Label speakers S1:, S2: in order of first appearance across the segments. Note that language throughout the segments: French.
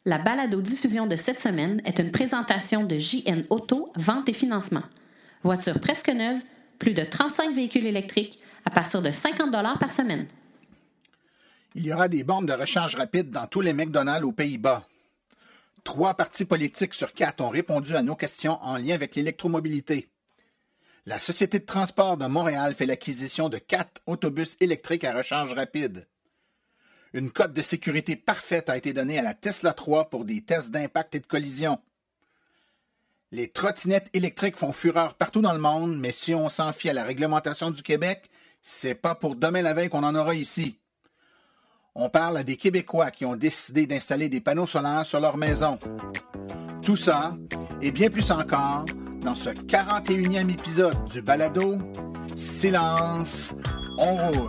S1: La balado-diffusion de cette semaine est une présentation de JN Auto, vente et financement. Voiture presque neuve, plus de 35 véhicules électriques à partir de 50 $ par semaine.
S2: Il y aura des bornes de recharge rapide dans tous les McDonald's aux Pays-Bas. 3 partis politiques sur 4 ont répondu à nos questions en lien avec l'électromobilité. La Société de transport de Montréal fait l'acquisition de 4 autobus électriques à recharge rapide. Une cote de sécurité parfaite a été donnée à la Tesla 3 pour des tests d'impact et de collision. Les trottinettes électriques font fureur partout dans le monde, mais si on s'en fie à la réglementation du Québec, c'est pas pour demain la veille qu'on en aura ici. On parle à des Québécois qui ont décidé d'installer des panneaux solaires sur leur maison. Tout ça, et bien plus encore, dans ce 41e épisode du balado « Silence, on roule ».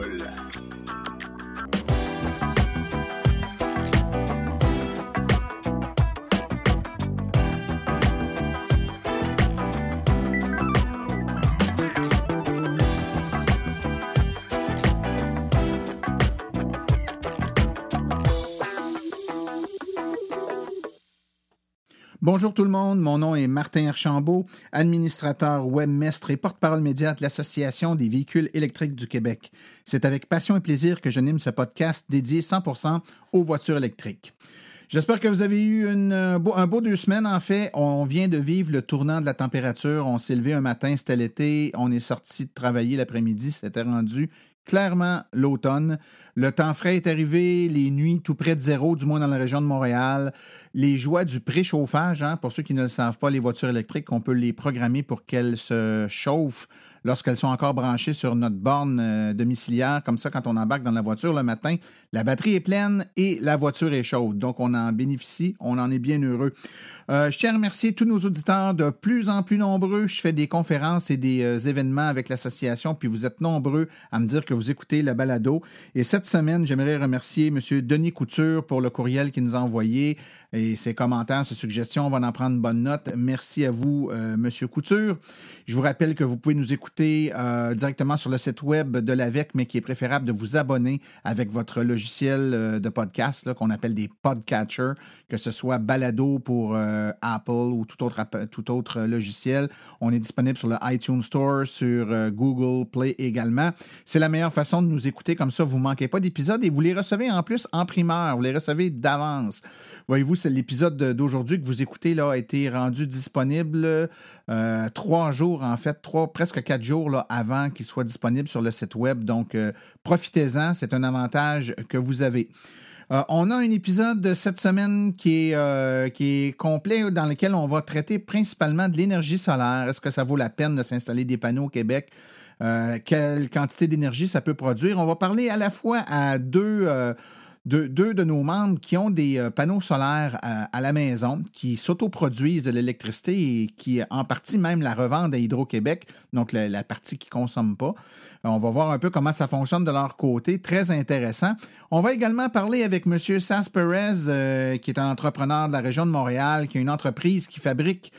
S2: Bonjour tout le monde, mon nom est Martin Archambault, administrateur webmestre et porte-parole média de l'Association des véhicules électriques du Québec. C'est avec passion et plaisir que j'anime ce podcast dédié 100% aux voitures électriques. J'espère que vous avez eu un beau 2 semaines en fait. On vient de vivre le tournant de la température. On s'est levé un matin, c'était l'été. On est sorti de travailler l'après-midi, c'était rendu clairement l'automne. Le temps frais est arrivé, les nuits tout près de zéro, du moins dans la région de Montréal. Les joies du préchauffage, pour ceux qui ne le savent pas, les voitures électriques, on peut les programmer pour qu'elles se chauffent lorsqu'elles sont encore branchées sur notre borne domiciliaire. Comme ça, quand on embarque dans la voiture le matin, la batterie est pleine et la voiture est chaude. Donc, on en bénéficie, on en est bien heureux. Je tiens à remercier tous nos auditeurs de plus en plus nombreux. Je fais des conférences et des événements avec l'association, puis vous êtes nombreux à me dire que vous écoutez le balado. Et cette semaine, j'aimerais remercier M. Denis Couture pour le courriel qu'il nous a envoyé et ses commentaires, ses suggestions. On va en prendre une bonne note. Merci à vous, M. Couture. Je vous rappelle que vous pouvez nous écouter directement sur le site web de l'AVEC, mais qu'il est préférable de vous abonner avec votre logiciel de podcast là, qu'on appelle des podcatchers, que ce soit Balado pour Apple ou tout autre logiciel. On est disponible sur le iTunes Store, sur Google Play également. C'est la meilleure façon de nous écouter, comme ça vous ne manquez pas d'épisodes et vous les recevez en plus en primeur, vous les recevez d'avance. Voyez-vous, c'est l'épisode d'aujourd'hui que vous écoutez là, a été rendu disponible 3 jours, en fait, presque 4 jours là, avant qu'il soit disponible sur le site web. Donc, profitez-en, c'est un avantage que vous avez. On a un épisode de cette semaine qui est complet, dans lequel on va traiter principalement de l'énergie solaire. Est-ce que ça vaut la peine de s'installer des panneaux au Québec? Quelle quantité d'énergie ça peut produire? On va parler à la fois à deux de nos membres qui ont des panneaux solaires à la maison, qui s'autoproduisent de l'électricité et qui, en partie, même la revendent à Hydro-Québec, donc la partie qui ne consomme pas. On va voir un peu comment ça fonctionne de leur côté. Très intéressant. On va également parler avec M. Sas Perez, qui est un entrepreneur de la région de Montréal, qui a une entreprise qui fabrique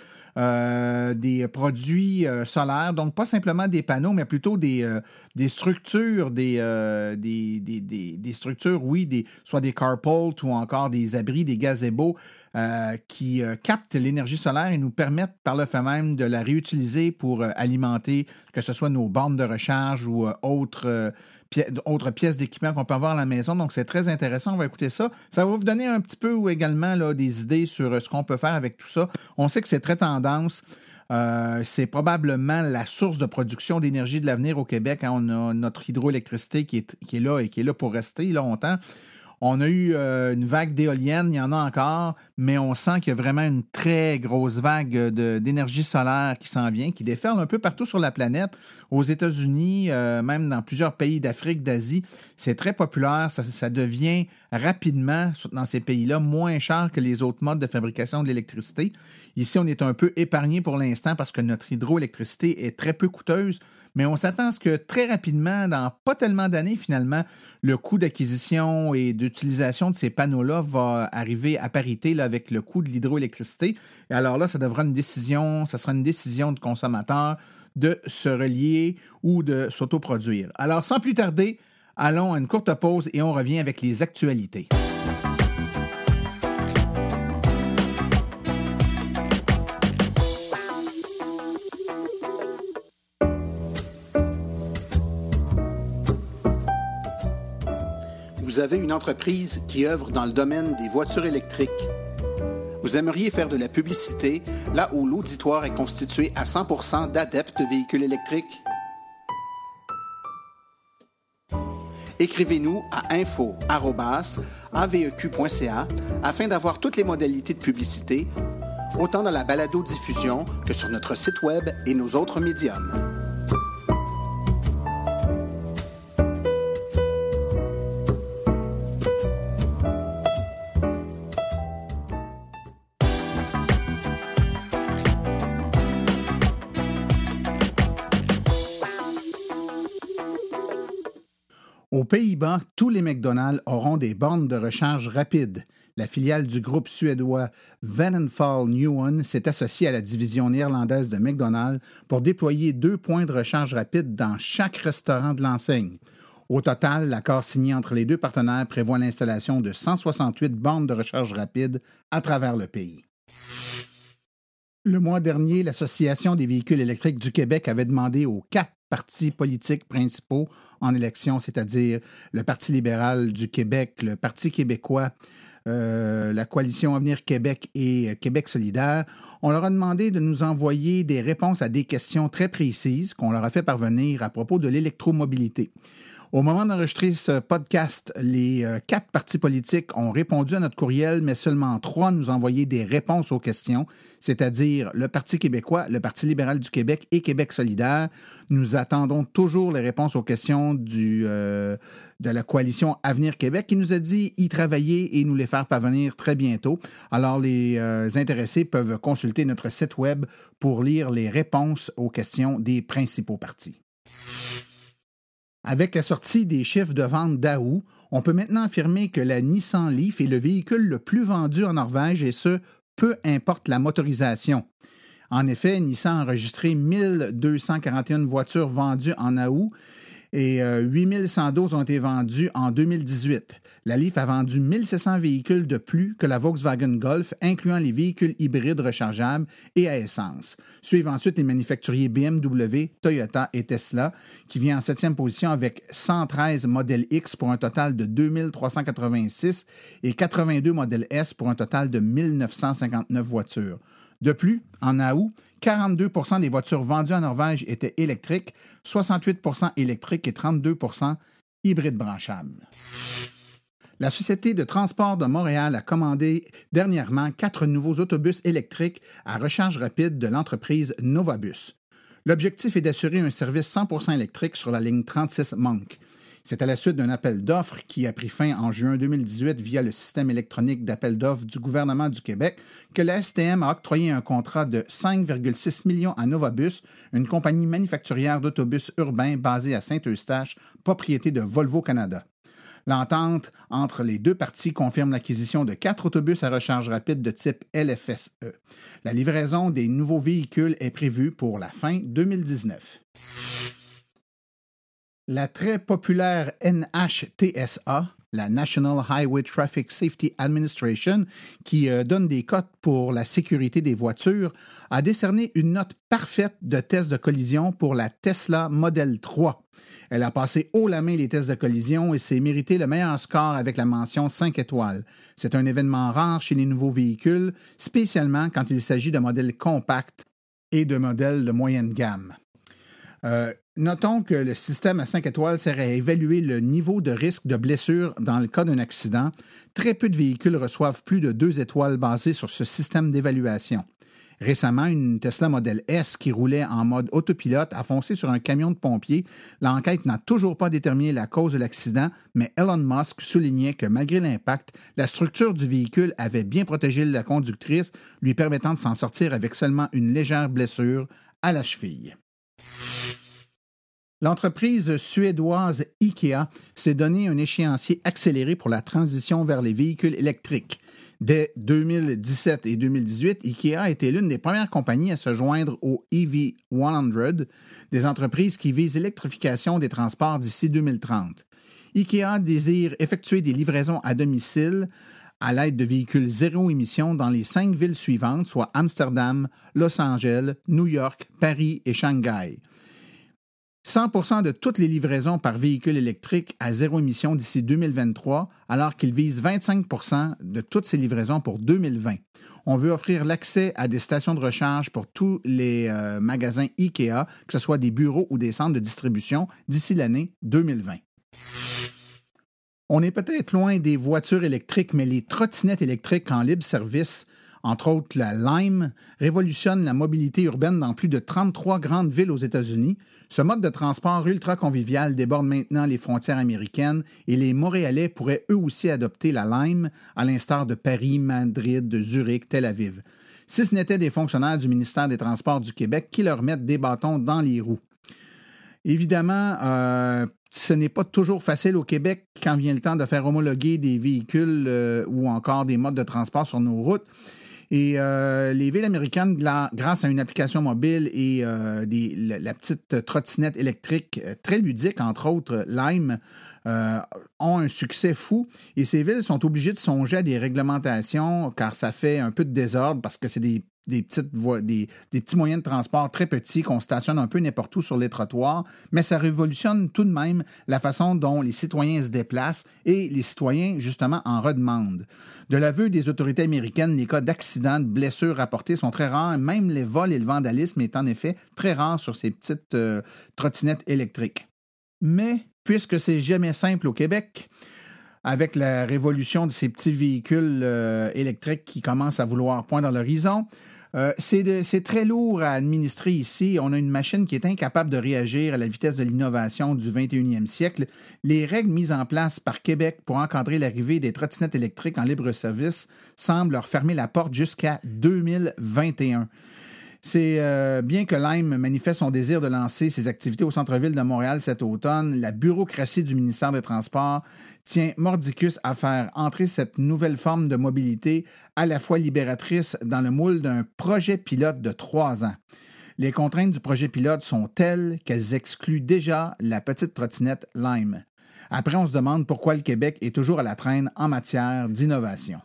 S2: des produits solaires, donc pas simplement des panneaux, mais plutôt des structures, des structures, oui, soit des carports ou encore des abris, des gazebos qui captent l'énergie solaire et nous permettent par le fait même de la réutiliser pour alimenter, que ce soit nos bornes de recharge ou autres pièces d'équipement qu'on peut avoir à la maison. Donc, c'est très intéressant. On va écouter ça. Ça va vous donner un petit peu également là, des idées sur ce qu'on peut faire avec tout ça. On sait que c'est très tendance. C'est probablement la source de production d'énergie de l'avenir au Québec. On a notre hydroélectricité qui est là et qui est là pour rester longtemps. On a eu une vague d'éoliennes, il y en a encore, mais on sent qu'il y a vraiment une très grosse vague d'énergie solaire qui s'en vient, qui déferle un peu partout sur la planète. Aux États-Unis, même dans plusieurs pays d'Afrique, d'Asie, c'est très populaire. Ça devient rapidement, dans ces pays-là, moins cher que les autres modes de fabrication de l'électricité. Ici, on est un peu épargné pour l'instant parce que notre hydroélectricité est très peu coûteuse, mais on s'attend à ce que très rapidement, dans pas tellement d'années finalement, le coût d'acquisition et d'utilisation de ces panneaux-là va arriver à parité là, avec le coût de l'hydroélectricité. Et alors là, ça sera une décision de consommateur de se relier ou de s'autoproduire. Alors, sans plus tarder, allons à une courte pause et on revient avec les actualités. Vous avez une entreprise qui œuvre dans le domaine des voitures électriques. Vous aimeriez faire de la publicité là où l'auditoire est constitué à 100% d'adeptes de véhicules électriques? Écrivez-nous à info@aveq.ca afin d'avoir toutes les modalités de publicité, autant dans la balado-diffusion que sur notre site web et nos autres médiums. Aux Pays-Bas, tous les McDonald's auront des bornes de recharge rapide. La filiale du groupe suédois Vattenfall Nuon s'est associée à la division néerlandaise de McDonald's pour déployer 2 points de recharge rapide dans chaque restaurant de l'enseigne. Au total, l'accord signé entre les deux partenaires prévoit l'installation de 168 bornes de recharge rapide à travers le pays. Le mois dernier, l'Association des véhicules électriques du Québec avait demandé aux 4 partis politiques principaux en élection, c'est-à-dire le Parti libéral du Québec, le Parti québécois, la Coalition Avenir Québec et Québec solidaire, on leur a demandé de nous envoyer des réponses à des questions très précises qu'on leur a fait parvenir à propos de l'électromobilité. Au moment d'enregistrer ce podcast, les 4 partis politiques ont répondu à notre courriel, mais seulement 3 nous ont envoyé des réponses aux questions, c'est-à-dire le Parti québécois, le Parti libéral du Québec et Québec solidaire. Nous attendons toujours les réponses aux questions de la coalition Avenir Québec qui nous a dit y travailler et nous les faire parvenir très bientôt. Alors, les intéressés peuvent consulter notre site web pour lire les réponses aux questions des principaux partis. Avec la sortie des chiffres de vente d'Aou, on peut maintenant affirmer que la Nissan Leaf est le véhicule le plus vendu en Norvège et ce, peu importe la motorisation. En effet, Nissan a enregistré 1241 voitures vendues en Aou et 8112 ont été vendues en 2018. La Leaf a vendu 1700 véhicules de plus que la Volkswagen Golf, incluant les véhicules hybrides rechargeables et à essence. Suivent ensuite les manufacturiers BMW, Toyota et Tesla, qui vient en 7e position avec 113 Model X pour un total de 2386 et 82 Model S pour un total de 1959 voitures. De plus, en Aou, 42 % des voitures vendues en Norvège étaient électriques, 68 % électriques et 32 % hybrides branchables. La Société de transport de Montréal a commandé dernièrement 4 nouveaux autobus électriques à recharge rapide de l'entreprise Novabus. L'objectif est d'assurer un service 100% électrique sur la ligne 36 Monk. C'est à la suite d'un appel d'offres qui a pris fin en juin 2018 via le système électronique d'appel d'offres du gouvernement du Québec que la STM a octroyé un contrat de 5,6 millions à Novabus, une compagnie manufacturière d'autobus urbains basée à Saint-Eustache, propriété de Volvo Canada. L'entente entre les deux parties confirme l'acquisition de 4 autobus à recharge rapide de type LFSE. La livraison des nouveaux véhicules est prévue pour la fin 2019. La très populaire NHTSA, la National Highway Traffic Safety Administration, qui donne des cotes pour la sécurité des voitures, a décerné une note parfaite de test de collision pour la Tesla Model 3. Elle a passé haut la main les tests de collision et s'est mérité le meilleur score avec la mention 5 étoiles. C'est un événement rare chez les nouveaux véhicules, spécialement quand il s'agit de modèles compacts et de modèles de moyenne gamme. Notons que le système à 5 étoiles sert à évaluer le niveau de risque de blessure dans le cas d'un accident. Très peu de véhicules reçoivent plus de 2 étoiles basées sur ce système d'évaluation. Récemment, une Tesla Model S qui roulait en mode autopilote a foncé sur un camion de pompiers. L'enquête n'a toujours pas déterminé la cause de l'accident, mais Elon Musk soulignait que malgré l'impact, la structure du véhicule avait bien protégé la conductrice, lui permettant de s'en sortir avec seulement une légère blessure à la cheville. L'entreprise suédoise IKEA s'est donné un échéancier accéléré pour la transition vers les véhicules électriques. Dès 2017 et 2018, IKEA a été l'une des premières compagnies à se joindre au EV100, des entreprises qui visent l'électrification des transports d'ici 2030. IKEA désire effectuer des livraisons à domicile à l'aide de véhicules zéro émission dans les 5 villes suivantes, soit Amsterdam, Los Angeles, New York, Paris et Shanghai. 100% de toutes les livraisons par véhicule électrique à zéro émission d'ici 2023, alors qu'il vise 25% de toutes ces livraisons pour 2020. On veut offrir l'accès à des stations de recharge pour tous les magasins IKEA, que ce soit des bureaux ou des centres de distribution, d'ici l'année 2020. On est peut-être loin des voitures électriques, mais les trottinettes électriques en libre service, entre autres la Lime, révolutionnent la mobilité urbaine dans plus de 33 grandes villes aux États-Unis. Ce mode de transport ultra-convivial déborde maintenant les frontières américaines et les Montréalais pourraient eux aussi adopter la Lime, à l'instar de Paris, Madrid, Zurich, Tel Aviv. Si ce n'étaient des fonctionnaires du ministère des Transports du Québec qui leur mettent des bâtons dans les roues. Évidemment, ce n'est pas toujours facile au Québec quand vient le temps de faire homologuer des véhicules ou encore des modes de transport sur nos routes. Et les villes américaines, grâce à une application mobile et la petite trottinette électrique très ludique, entre autres Lime, ont un succès fou. Et ces villes sont obligées de songer à des réglementations car ça fait un peu de désordre parce que c'est des petits moyens de transport très petits qu'on stationne un peu n'importe où sur les trottoirs, mais ça révolutionne tout de même la façon dont les citoyens se déplacent et les citoyens, justement, en redemandent. De l'aveu des autorités américaines, les cas d'accidents, de blessures rapportés sont très rares, même les vols et le vandalisme est en effet très rare sur ces petites trottinettes électriques. Mais, puisque c'est jamais simple au Québec, avec la révolution de ces petits véhicules électriques qui commencent à vouloir poindre l'horizon, c'est très lourd à administrer ici. On a une machine qui est incapable de réagir à la vitesse de l'innovation du 21e siècle. Les règles mises en place par Québec pour encadrer l'arrivée des trottinettes électriques en libre service semblent leur fermer la porte jusqu'à 2021. C'est bien que Lime manifeste son désir de lancer ses activités au centre-ville de Montréal cet automne, la bureaucratie du ministère des Transports tient mordicus à faire entrer cette nouvelle forme de mobilité à la fois libératrice dans le moule d'un projet pilote de 3 ans. Les contraintes du projet pilote sont telles qu'elles excluent déjà la petite trottinette Lime. Après, on se demande pourquoi le Québec est toujours à la traîne en matière d'innovation.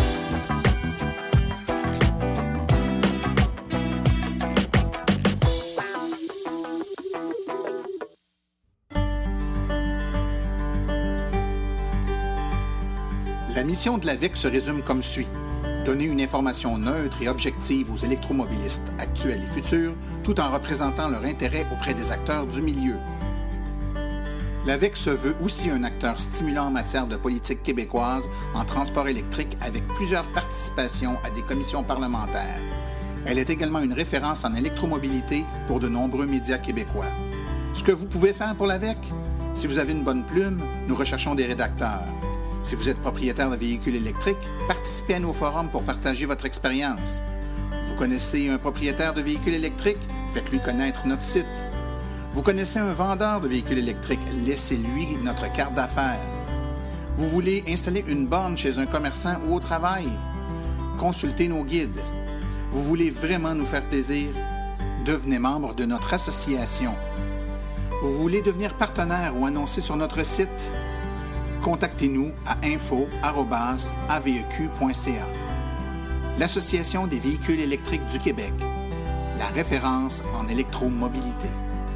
S3: La mission de l'AVEQ se résume comme suit. Donner une information neutre et objective aux électromobilistes actuels et futurs, tout en représentant leur intérêt auprès des acteurs du milieu. L'AVEQ se veut aussi un acteur stimulant en matière de politique québécoise en transport électrique avec plusieurs participations à des commissions parlementaires. Elle est également une référence en électromobilité pour de nombreux médias québécois. Ce que vous pouvez faire pour l'AVEQ? Si vous avez une bonne plume, nous recherchons des rédacteurs. Si vous êtes propriétaire de véhicules électriques, participez à nos forums pour partager votre expérience. Vous connaissez un propriétaire de véhicules électriques? Faites-lui connaître notre site. Vous connaissez un vendeur de véhicules électriques? Laissez-lui notre carte d'affaires. Vous voulez installer une borne chez un commerçant ou au travail? Consultez nos guides. Vous voulez vraiment nous faire plaisir? Devenez membre de notre association. Vous voulez devenir partenaire ou annoncer sur notre site? Contactez-nous à info@aveq.ca. L'Association des véhicules électriques du Québec, la référence en électromobilité.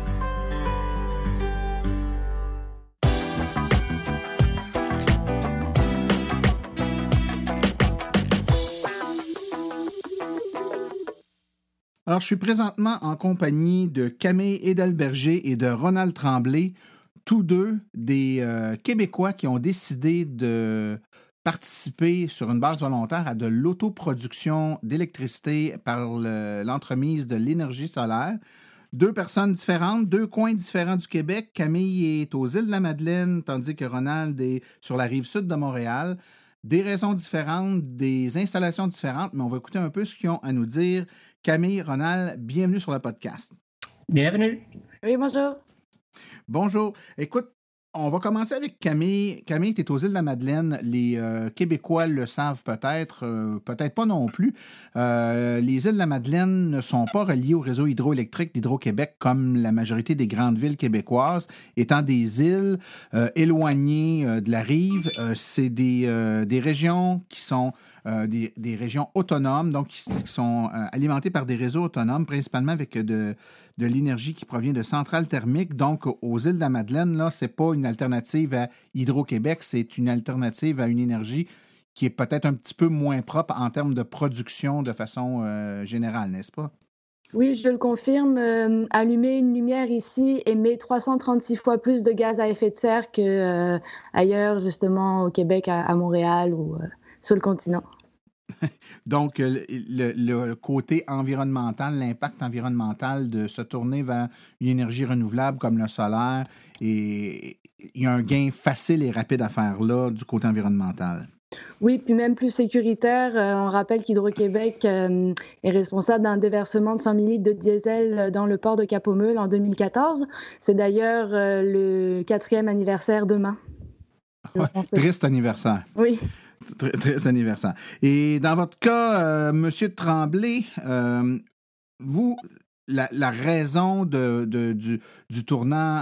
S2: Alors, je suis présentement en compagnie de Camille Hédalberger et de Ronald Tremblay, tous deux des Québécois qui ont décidé de participer sur une base volontaire à de l'autoproduction d'électricité par l'entremise de l'énergie solaire. 2 personnes différentes, 2 coins différents du Québec. Camille est aux Îles-de-la-Madeleine, tandis que Ronald est sur la rive sud de Montréal. Des raisons différentes, des installations différentes, mais on va écouter un peu ce qu'ils ont à nous dire. Camille, Ronald, bienvenue sur le podcast.
S4: Bienvenue.
S5: Oui, bonjour.
S2: Bonjour. Écoute, on va commencer avec Camille. Camille, tu es aux Îles-de-la-Madeleine. Les Québécois le savent peut-être, peut-être pas non plus. Les Îles-de-la-Madeleine ne sont pas reliées au réseau hydroélectrique d'Hydro-Québec comme la majorité des grandes villes québécoises. Étant des îles éloignées de la rive, c'est des régions qui sont des régions autonomes, donc qui sont alimentées par des réseaux autonomes, principalement avec de l'énergie qui provient de centrales thermiques. Donc, aux îles de la Madeleine, là, ce n'est pas une alternative à Hydro-Québec, c'est une alternative à une énergie qui est peut-être un petit peu moins propre en termes de production de façon générale, n'est-ce pas?
S4: Oui, je le confirme. Allumer une lumière ici émet 336 fois plus de gaz à effet de serre qu'ailleurs, justement, au Québec, à Montréal ou sur le continent.
S2: Donc, le côté environnemental, l'impact environnemental de se tourner vers une énergie renouvelable comme le solaire, et il y a un gain facile et rapide à faire là du côté environnemental.
S4: Oui, puis même plus sécuritaire. On rappelle qu'Hydro-Québec est responsable d'un déversement de 100 000 litres de diesel dans le port de Cap-aux-Meules en 2014. C'est d'ailleurs le 4e anniversaire demain.
S2: Ouais, triste anniversaire.
S4: Oui.
S2: Très anniversaire. Et dans votre cas, M. Tremblay, vous, la raison du tournant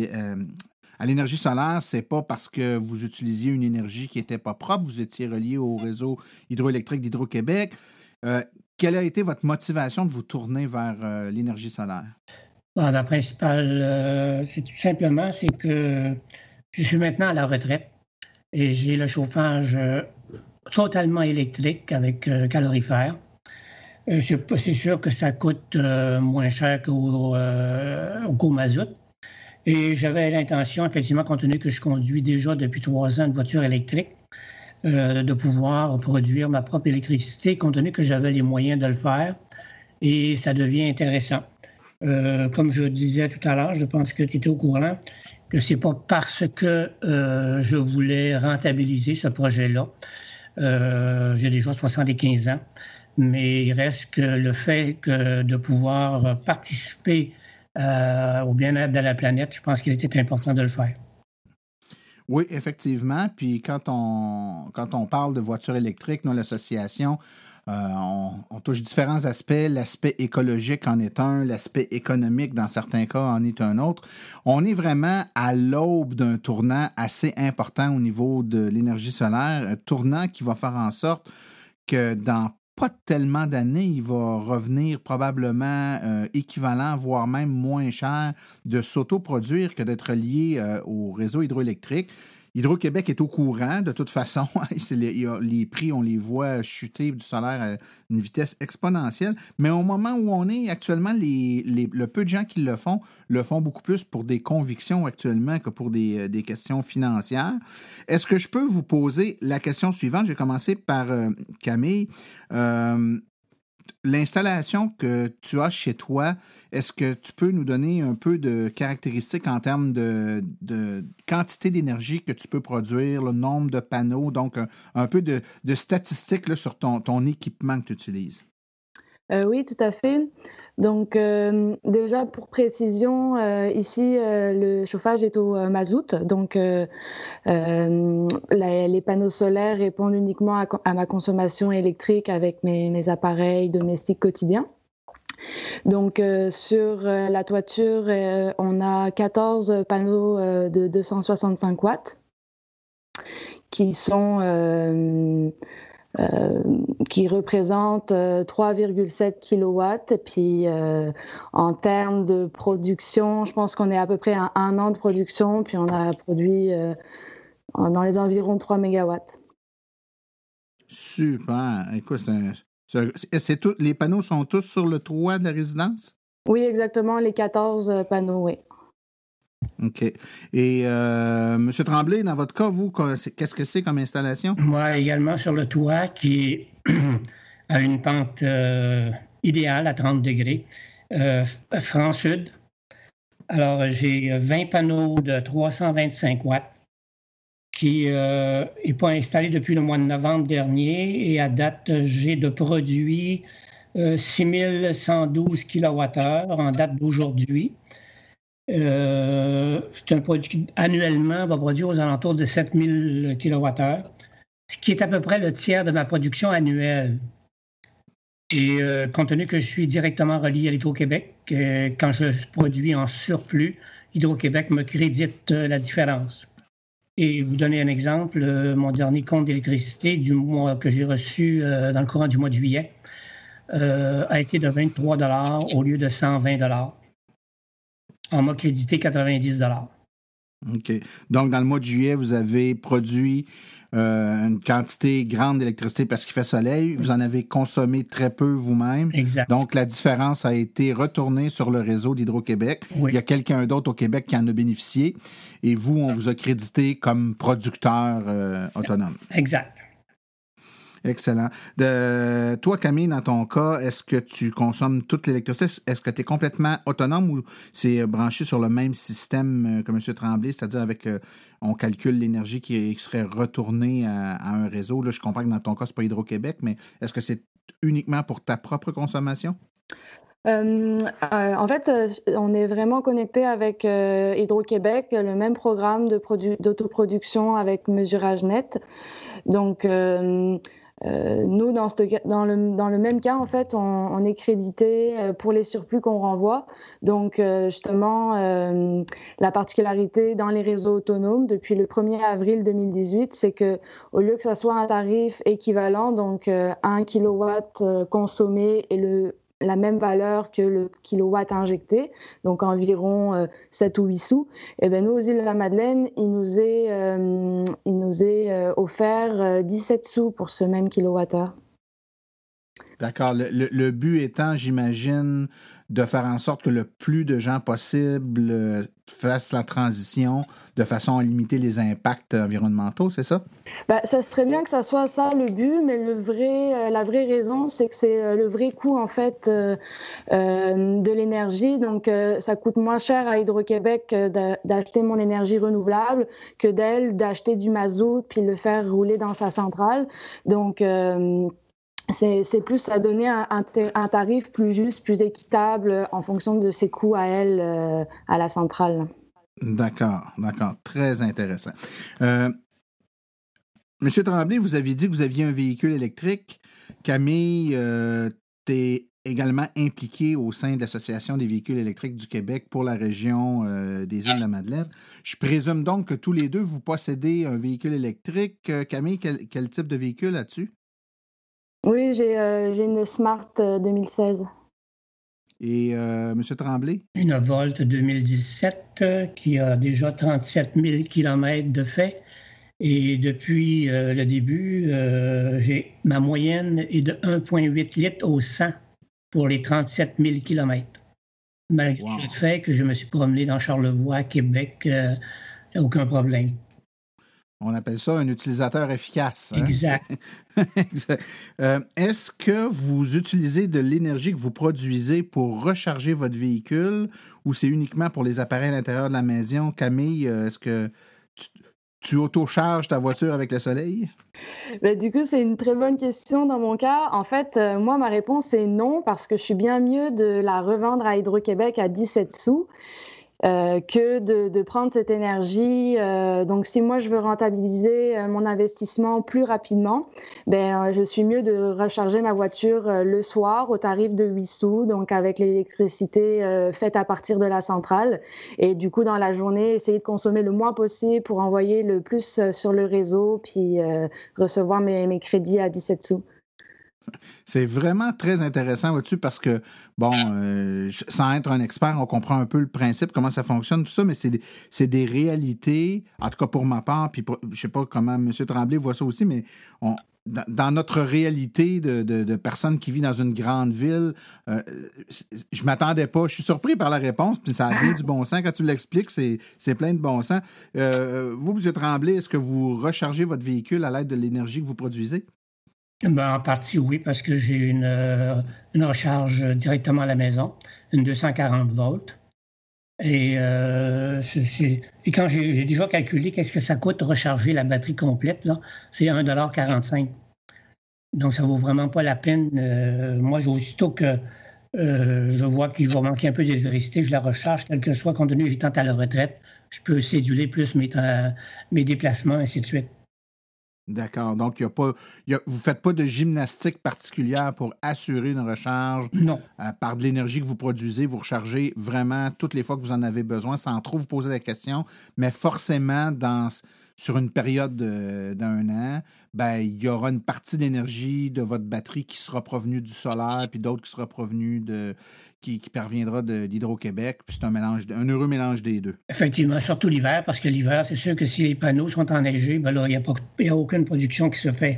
S2: à l'énergie solaire, c'est pas parce que vous utilisiez une énergie qui n'était pas propre, vous étiez relié au réseau hydroélectrique d'Hydro-Québec. Quelle a été votre motivation de vous tourner vers l'énergie solaire?
S5: La principale, c'est tout simplement, c'est que je suis maintenant à la retraite et j'ai le chauffage totalement électrique avec calorifère. C'est sûr que ça coûte moins cher qu'au mazout. Et j'avais l'intention, effectivement, compte tenu que je conduis déjà depuis 3 ans une voiture électrique, de pouvoir produire ma propre électricité, compte tenu que j'avais les moyens de le faire. Et ça devient intéressant. Comme je disais tout à l'heure, je pense que tu étais au courant que c'est pas parce que je voulais rentabiliser ce projet-là. J'ai déjà 75 ans, mais il reste que le fait de pouvoir participer au bien-être de la planète, je pense qu'il était important de le faire.
S2: Oui, effectivement. Puis quand on parle de voitures électriques, nous, l'association, on touche différents aspects. L'aspect écologique en est un, l'aspect économique, dans certains cas, en est un autre. On est vraiment à l'aube d'un tournant assez important au niveau de l'énergie solaire, un tournant qui va faire en sorte que dans pas tellement d'années, il va revenir probablement équivalent, voire même moins cher de s'autoproduire que d'être lié au réseau hydroélectrique. Hydro-Québec est au courant, de toute façon. Les prix, on les voit chuter du solaire à une vitesse exponentielle. Mais au moment où on est actuellement, le peu de gens qui le font beaucoup plus pour des convictions actuellement que pour des questions financières. Est-ce que je peux vous poser la question suivante? J'ai commencé par Camille. L'installation que tu as chez toi, est-ce que tu peux nous donner un peu de caractéristiques en termes de quantité d'énergie que tu peux produire, le nombre de panneaux, donc un peu de statistiques là, sur ton équipement que tu utilises?
S4: Oui, tout à fait. Donc, déjà, pour précision, ici, le chauffage est au mazout. Donc, les panneaux solaires répondent uniquement à ma consommation électrique avec mes appareils domestiques quotidiens. Donc, sur la toiture, on a 14 panneaux de 265 watts qui représentent 3,7 kilowatts. Et puis, en termes de production, je pense qu'on est à peu près à 1 an de production, puis on a produit dans les environs 3 mégawatts.
S2: Super. Écoute, les panneaux sont tous sur le toit de la résidence?
S4: Oui, exactement, les 14 panneaux, oui.
S2: OK. Et M. Tremblay, dans votre cas, vous, qu'est-ce que c'est comme installation?
S5: Moi, également sur le toit qui est à une pente idéale à 30 degrés, franc-sud. Alors, j'ai 20 panneaux de 325 watts qui n'est pas installé depuis le mois de novembre dernier et à date, j'ai de produit 6112 kWh en date d'aujourd'hui. C'est un produit qui, annuellement, va produire aux alentours de 7000 kWh, ce qui est à peu près le tiers de ma production annuelle. Et compte tenu que je suis directement relié à l'Hydro-Québec, quand je produis en surplus, Hydro-Québec me crédite la différence. Et vous donner un exemple, mon dernier compte d'électricité du mois que j'ai reçu dans le courant du mois de juillet a été de 23 $ au lieu de 120 $. On m'a crédité 90 $.
S2: OK. Donc, dans le mois de juillet, vous avez produit une quantité grande d'électricité parce qu'il fait soleil. Vous en avez consommé très peu vous-même.
S5: Exact.
S2: Donc, la différence a été retournée sur le réseau d'Hydro-Québec.
S5: Oui.
S2: Il y a quelqu'un d'autre au Québec qui en a bénéficié. Et vous, on vous a crédité comme producteur autonome.
S5: Exact.
S2: Excellent. Toi, Camille, dans ton cas, est-ce que tu consommes toute l'électricité? Est-ce que tu es complètement autonome ou c'est branché sur le même système que M. Tremblay, c'est-à-dire avec on calcule l'énergie qui serait retournée à un réseau? Là, je comprends que dans ton cas, c'est pas Hydro-Québec, mais est-ce que c'est uniquement pour ta propre consommation?
S4: En fait, on est vraiment connecté avec Hydro-Québec, le même programme d'autoproduction avec mesurage net. Donc, nous, dans le même cas, en fait, on est crédité pour les surplus qu'on renvoie. Donc, justement, la particularité dans les réseaux autonomes depuis le 1er avril 2018, c'est que au lieu que ça soit un tarif équivalent, donc 1 kilowatt consommé et la même valeur que le kilowatt injecté, donc environ 7 ou 8 sous, et bien nous, aux îles de la Madeleine, il nous est offert 17 sous pour ce même kilowattheure.
S2: D'accord. Le but étant, j'imagine, de faire en sorte que le plus de gens possible fassent la transition de façon à limiter les impacts environnementaux, c'est ça? Ben,
S4: ça serait bien que ça soit ça le but, mais la vraie raison, c'est que c'est le vrai coût en fait de l'énergie. Donc, ça coûte moins cher à Hydro-Québec d'acheter mon énergie renouvelable que d'elle d'acheter du mazout puis le faire rouler dans sa centrale. Donc, c'est plus à donner un tarif plus juste, plus équitable en fonction de ses coûts à elle, à la centrale.
S2: D'accord. Très intéressant. Monsieur Tremblay, vous aviez dit que vous aviez un véhicule électrique. Camille, tu es également impliquée au sein de l'Association des véhicules électriques du Québec pour la région des Îles-de-la-Madeleine. Je présume donc que tous les deux, vous possédez un véhicule électrique. Camille, quel type de véhicule as-tu?
S4: Oui, j'ai une Smart 2016.
S2: Et M. Tremblay?
S5: Une Volt 2017 qui a déjà 37 000 km de fait. Et depuis le début, ma moyenne est de 1,8 litres au 100 pour les 37 000 km. Malgré le fait que je me suis promené dans Charlevoix, Québec, aucun problème.
S2: On appelle ça un utilisateur efficace. Hein?
S5: Exact.
S2: Exact. Est-ce que vous utilisez de l'énergie que vous produisez pour recharger votre véhicule ou c'est uniquement pour les appareils à l'intérieur de la maison? Camille, est-ce que tu auto-charges ta voiture avec le soleil?
S4: Ben, du coup, c'est une très bonne question dans mon cas. En fait, moi, ma réponse est non parce que je suis bien mieux de la revendre à Hydro-Québec à 17 sous. Que de prendre cette énergie. Donc, si moi, je veux rentabiliser mon investissement plus rapidement, je suis mieux de recharger ma voiture le soir au tarif de 8 sous, donc avec l'électricité faite à partir de la centrale. Et du coup, dans la journée, essayer de consommer le moins possible pour envoyer le plus sur le réseau, puis recevoir mes crédits à 17 sous.
S2: C'est vraiment très intéressant là-dessus parce que, sans être un expert, on comprend un peu le principe, comment ça fonctionne, tout ça, mais c'est des réalités, en tout cas pour ma part, puis je ne sais pas comment M. Tremblay voit ça aussi, mais dans notre réalité de personnes qui vivent dans une grande ville, je ne m'attendais pas. Je suis surpris par la réponse, puis ça a bien du bon sens. Quand tu l'expliques, c'est plein de bon sens. Vous, M. Tremblay, est-ce que vous rechargez votre véhicule à l'aide de l'énergie que vous produisez?
S5: En partie, oui, parce que j'ai une recharge directement à la maison, une 240 volts. Et quand j'ai déjà calculé qu'est-ce que ça coûte recharger la batterie complète, là, c'est 1,45 $. Donc, ça ne vaut vraiment pas la peine. Moi, aussitôt que je vois qu'il va manquer un peu d'électricité, je la recharge, quel que soit, compte tenu que j'étais à la retraite, je peux céduler plus mes déplacements, ainsi de suite.
S2: D'accord. Donc, vous ne faites pas de gymnastique particulière pour assurer une recharge?
S5: Non.
S2: Par de l'énergie que vous produisez, vous rechargez vraiment toutes les fois que vous en avez besoin sans trop vous poser la question. Mais forcément, sur une période d'un an, ben, il y aura une partie d'énergie de votre batterie qui sera provenue du solaire, puis d'autres qui sera provenue qui parviendra d'Hydro-Québec, puis c'est un heureux mélange des deux.
S5: Effectivement, surtout l'hiver, parce que l'hiver, c'est sûr que si les panneaux sont enneigés, ben là, il n'y a aucune production qui se fait.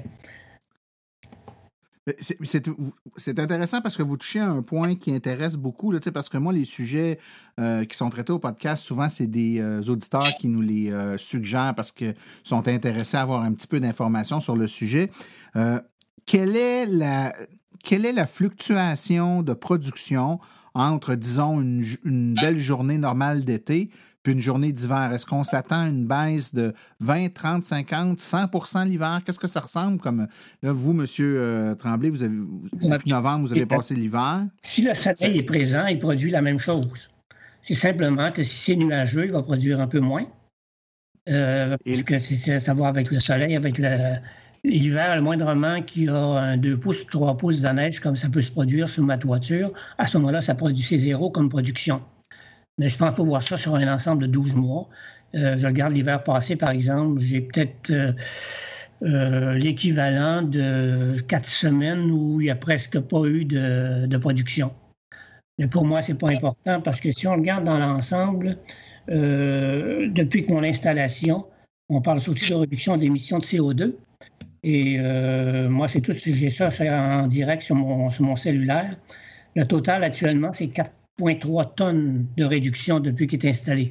S2: C'est intéressant parce que vous touchez à un point qui intéresse beaucoup, là, parce que moi, les sujets qui sont traités au podcast, souvent, c'est des auditeurs qui nous les suggèrent parce qu'ils sont intéressés à avoir un petit peu d'informations sur le sujet. Quelle est la fluctuation de production entre, disons, une belle journée normale d'été puis une journée d'hiver? Est-ce qu'on s'attend à une baisse de 20, 30, 50, 100% l'hiver? Qu'est-ce que ça ressemble comme... Là, vous, M. Tremblay, depuis novembre, vous avez passé l'hiver.
S5: Si le soleil est présent, il produit la même chose. C'est simplement que si c'est nuageux, il va produire un peu moins. Parce que ça va avec le soleil, avec l'hiver, le moindrement qu'il y a un 2 pouces, 3 pouces de neige, comme ça peut se produire sur ma toiture, à ce moment-là, ça produit c'est zéro comme production. Mais je pense pas voir ça sur un ensemble de 12 mois. Je regarde l'hiver passé, par exemple, j'ai peut-être l'équivalent de 4 semaines où il n'y a presque pas eu de production. Mais pour moi, c'est pas important parce que si on regarde dans l'ensemble, depuis que mon installation, on parle surtout de réduction d'émissions de CO2. Et moi, j'ai ça en direct sur mon cellulaire. Le total actuellement, c'est 4,3 tonnes de réduction depuis qu'il est installé.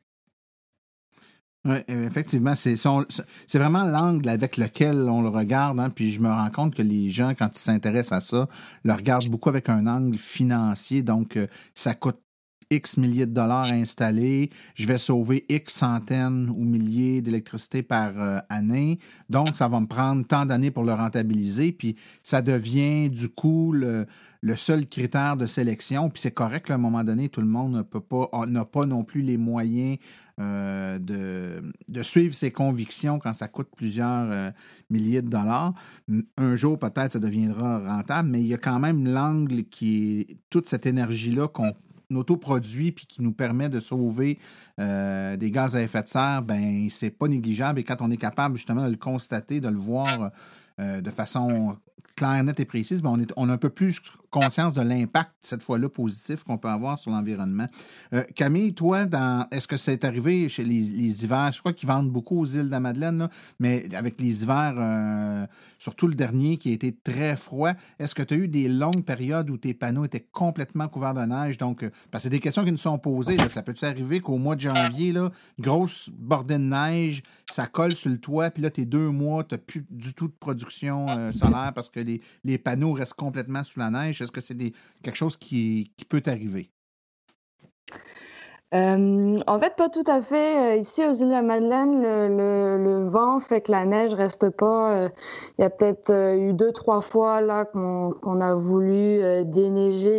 S2: Oui, effectivement, c'est vraiment l'angle avec lequel on le regarde, hein, puis je me rends compte que les gens, quand ils s'intéressent à ça, le regardent beaucoup avec un angle financier, donc ça coûte X milliers de dollars à installer, je vais sauver X centaines ou milliers d'électricité par année, donc ça va me prendre tant d'années pour le rentabiliser, puis ça devient du coup le seul critère de sélection, puis c'est correct, là, à un moment donné, tout le monde n'a pas non plus les moyens de suivre ses convictions quand ça coûte plusieurs milliers de dollars. Un jour, peut-être, ça deviendra rentable, mais il y a quand même l'angle qui est toute cette énergie-là qu'on autoproduit puis qui nous permet de sauver des gaz à effet de serre, ben c'est pas négligeable. Et quand on est capable justement de le constater, de le voir de façon claire, nette et précise, ben on a un peu plus conscience de l'impact, cette fois-là, positif qu'on peut avoir sur l'environnement. Camille, toi, est-ce que c'est arrivé chez les hivers? Je crois qu'ils vendent beaucoup aux îles de la Madeleine, là, mais avec les hivers, surtout le dernier qui a été très froid, est-ce que tu as eu des longues périodes où tes panneaux étaient complètement couverts de neige? Donc, parce que c'est des questions qui nous sont posées. Là. Ça peut-tu arriver qu'au mois de janvier, là, grosse bordée de neige, ça colle sur le toit, puis là, tes 2 mois, tu n'as plus du tout de production solaire parce que les panneaux restent complètement sous la neige? Est-ce que c'est quelque chose qui peut arriver?
S4: En fait, pas tout à fait. Ici, aux îles de la Madeleine, le vent fait que la neige reste pas. Il y a peut-être eu 2-3 fois là qu'on a voulu déneiger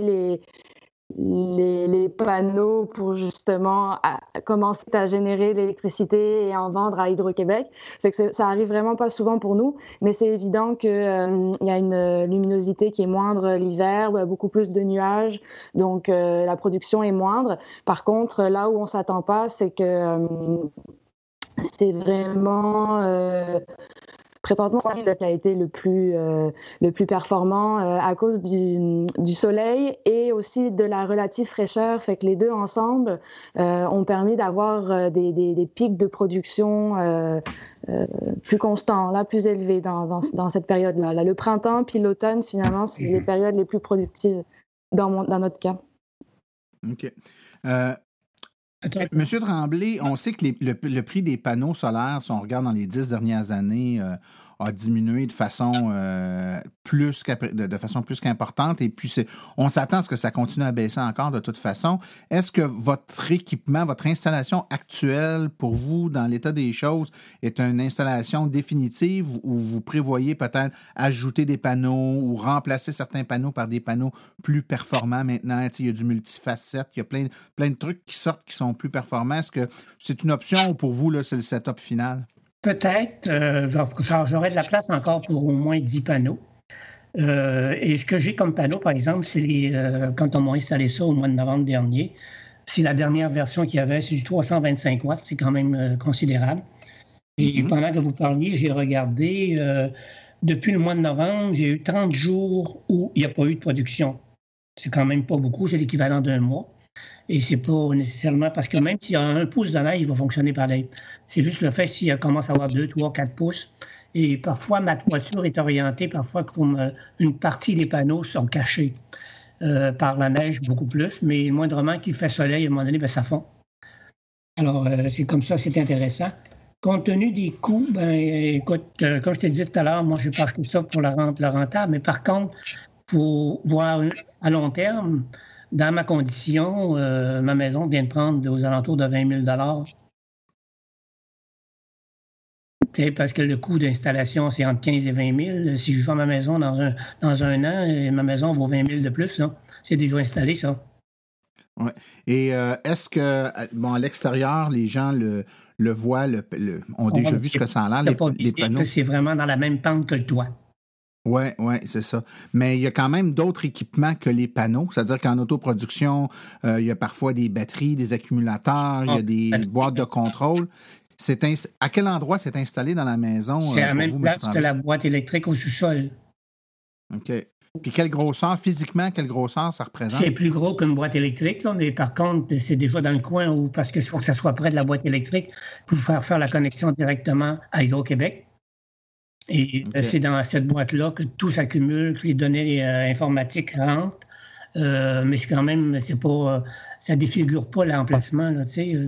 S4: les panneaux pour justement commencer à générer l'électricité et en vendre à Hydro-Québec. Fait que ça arrive vraiment pas souvent pour nous, mais c'est évident qu'il y a une luminosité qui est moindre l'hiver, beaucoup plus de nuages, donc la production est moindre. Par contre, là où on s'attend pas, c'est que c'est vraiment... Présentement, c'est l'île qui a été le plus performant à cause du soleil et aussi de la relative fraîcheur. Fait que les deux ensemble ont permis d'avoir des pics de production plus constants, là, plus élevés dans cette période-là. Là, le printemps puis l'automne, finalement, c'est les périodes les plus productives dans notre cas.
S2: OK. Monsieur Tremblay, on sait que le prix des panneaux solaires, si on regarde dans les 10 dernières années, a diminué de façon plus qu'importante. Et puis, on s'attend à ce que ça continue à baisser encore de toute façon. Est-ce que votre équipement, votre installation actuelle, pour vous, dans l'état des choses, est une installation définitive ou vous prévoyez peut-être ajouter des panneaux ou remplacer certains panneaux par des panneaux plus performants maintenant? Il y a du multifacette, il y a plein de trucs qui sortent qui sont plus performants. Est-ce que c'est une option ou pour vous, là, c'est le setup final?
S5: Peut-être. J'aurais de la place encore pour au moins 10 panneaux. Et ce que j'ai comme panneau, par exemple, c'est quand on m'a installé ça au mois de novembre dernier, c'est la dernière version qu'il y avait, c'est du 325 watts, c'est quand même considérable. Et pendant que vous parliez, j'ai regardé, depuis le mois de novembre, j'ai eu 30 jours où il n'y a pas eu de production. C'est quand même pas beaucoup, c'est l'équivalent d'un mois. Et c'est pas nécessairement parce que même s'il y a 1 pouce de neige, il va fonctionner pareil. C'est juste le fait s'il commence à avoir 2, 3, 4 pouces. Et parfois, ma toiture est orientée, parfois, comme une partie des panneaux sont cachés par la neige beaucoup plus, mais moindrement qu'il fait soleil, à un moment donné, ça fond. Alors, c'est comme ça, c'est intéressant. Compte tenu des coûts, écoute, comme je t'ai dit tout à l'heure, moi, je n'ai pas acheté ça pour le rentable, mais par contre, pour voir à long terme, dans ma condition, ma maison vient de prendre aux alentours de 20 000 $. Parce que le coût d'installation, c'est entre 15 et 20 000. Si je vends ma maison dans un an, ma maison vaut 20 000 de plus. Là. C'est déjà installé, ça.
S2: Oui. Et est-ce que, à l'extérieur, les gens le voient, ont déjà vu ce que ça a l'air, les panneaux?
S5: C'est vraiment dans la même pente que le toit.
S2: Oui, c'est ça. Mais il y a quand même d'autres équipements que les panneaux. C'est-à-dire qu'en autoproduction, il y a parfois des batteries, des accumulateurs, il y a des boîtes de contrôle. À quel endroit c'est installé dans la maison?
S5: C'est à la même place que la boîte électrique au sous-sol.
S2: OK. Puis quelle grosseur ça représente? C'est
S5: plus gros qu'une boîte électrique, là, mais par contre, c'est déjà dans le coin parce qu'il faut que ça soit près de la boîte électrique pour faire la connexion directement à Hydro-Québec. Et c'est dans cette boîte-là que tout s'accumule, que les données informatiques rentrent. Mais c'est quand même, ça défigure pas l'emplacement, là, tu sais.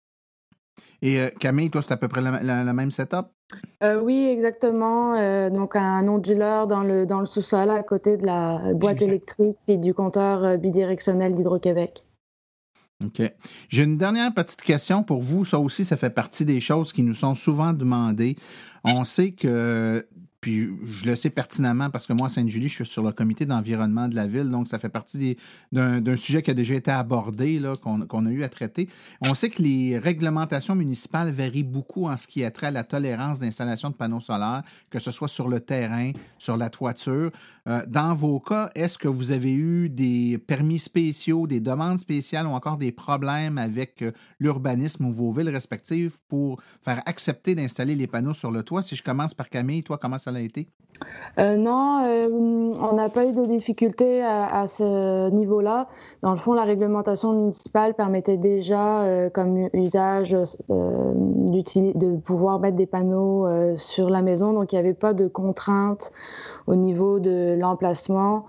S2: Et Camille, toi, c'est à peu près la même setup?
S4: Oui, exactement. Donc, un onduleur dans le sous-sol à côté de la boîte électrique et du compteur bidirectionnel d'Hydro-Québec.
S2: OK. J'ai une dernière petite question pour vous. Ça aussi, ça fait partie des choses qui nous sont souvent demandées. On sait que, puis je le sais pertinemment parce que moi, à Sainte-Julie, je suis sur le comité d'environnement de la ville, donc ça fait partie d'un sujet qui a déjà été abordé, là, qu'on a eu à traiter. On sait que les réglementations municipales varient beaucoup en ce qui a trait à la tolérance d'installation de panneaux solaires, que ce soit sur le terrain, sur la toiture. Dans vos cas, est-ce que vous avez eu des permis spéciaux, des demandes spéciales ou encore des problèmes avec l'urbanisme ou vos villes respectives pour faire accepter d'installer les panneaux sur le toit? Si je commence par Camille, toi, comment ça a été?
S4: Non, on n'a pas eu de difficultés à ce niveau-là. Dans le fond, la réglementation municipale permettait déjà, comme usage, de pouvoir mettre des panneaux sur la maison. Donc, il n'y avait pas de contraintes au niveau de l'emplacement.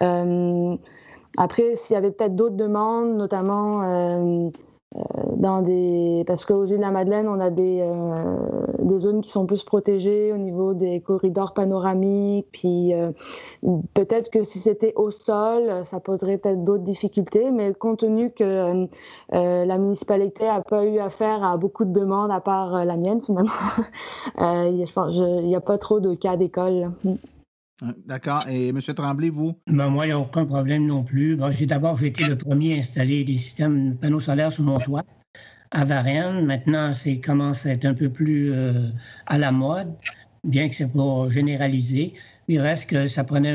S4: Après, s'il y avait peut-être d'autres demandes, notamment parce qu'aux Îles-de-la-Madeleine, on a des zones qui sont plus protégées au niveau des corridors panoramiques. Puis peut-être que si c'était au sol, ça poserait peut-être d'autres difficultés. Mais compte tenu que la municipalité n'a pas eu affaire à beaucoup de demandes à part la mienne, finalement, je pense qu'il n'y a pas trop de cas d'école.
S2: D'accord. Et M. Tremblay, vous?
S5: Moi, il n'y a aucun problème non plus. J'ai été le premier à installer des systèmes de panneaux solaires sur mon toit à Varennes. Maintenant, ça commence à être un peu plus à la mode, bien que ce n'est pas généralisé. Il reste que ça prenait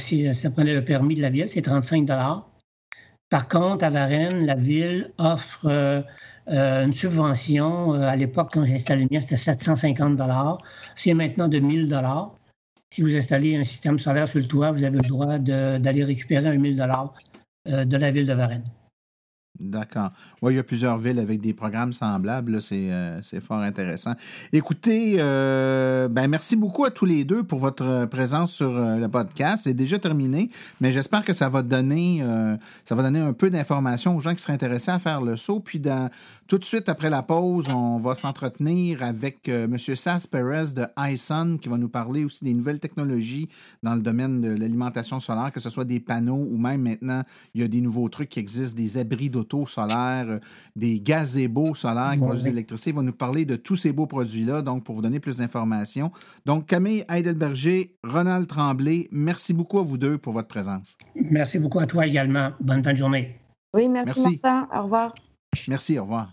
S5: le permis de la ville, c'est 35 $. Par contre, à Varennes, la ville offre une subvention. À l'époque, quand j'ai installé le mien, c'était 750 $. C'est maintenant de 1 000 $. Si vous installez un système solaire sur le toit, vous avez le droit d'aller récupérer 1 000 $ de la ville de Varennes.
S2: D'accord. Oui, il y a plusieurs villes avec des programmes semblables. Là, c'est fort intéressant. Écoutez, merci beaucoup à tous les deux pour votre présence sur le podcast. C'est déjà terminé, mais j'espère que ça va donner un peu d'informations aux gens qui seraient intéressés à faire le saut. Puis tout de suite après la pause, on va s'entretenir avec M. Sas Perez de iSun qui va nous parler aussi des nouvelles technologies dans le domaine de l'alimentation solaire, que ce soit des panneaux ou même maintenant, il y a des nouveaux trucs qui existent, des abris d'auto solaires, des gazebos solaires qui produisent de l'électricité. Il va nous parler de tous ces beaux produits-là, donc pour vous donner plus d'informations. Donc, Camille Heidelberger, Ronald Tremblay, merci beaucoup à vous deux pour votre présence.
S5: Merci beaucoup à toi également. Bonne fin de journée.
S4: Oui, merci. Martin. Au revoir.
S2: Merci, au revoir.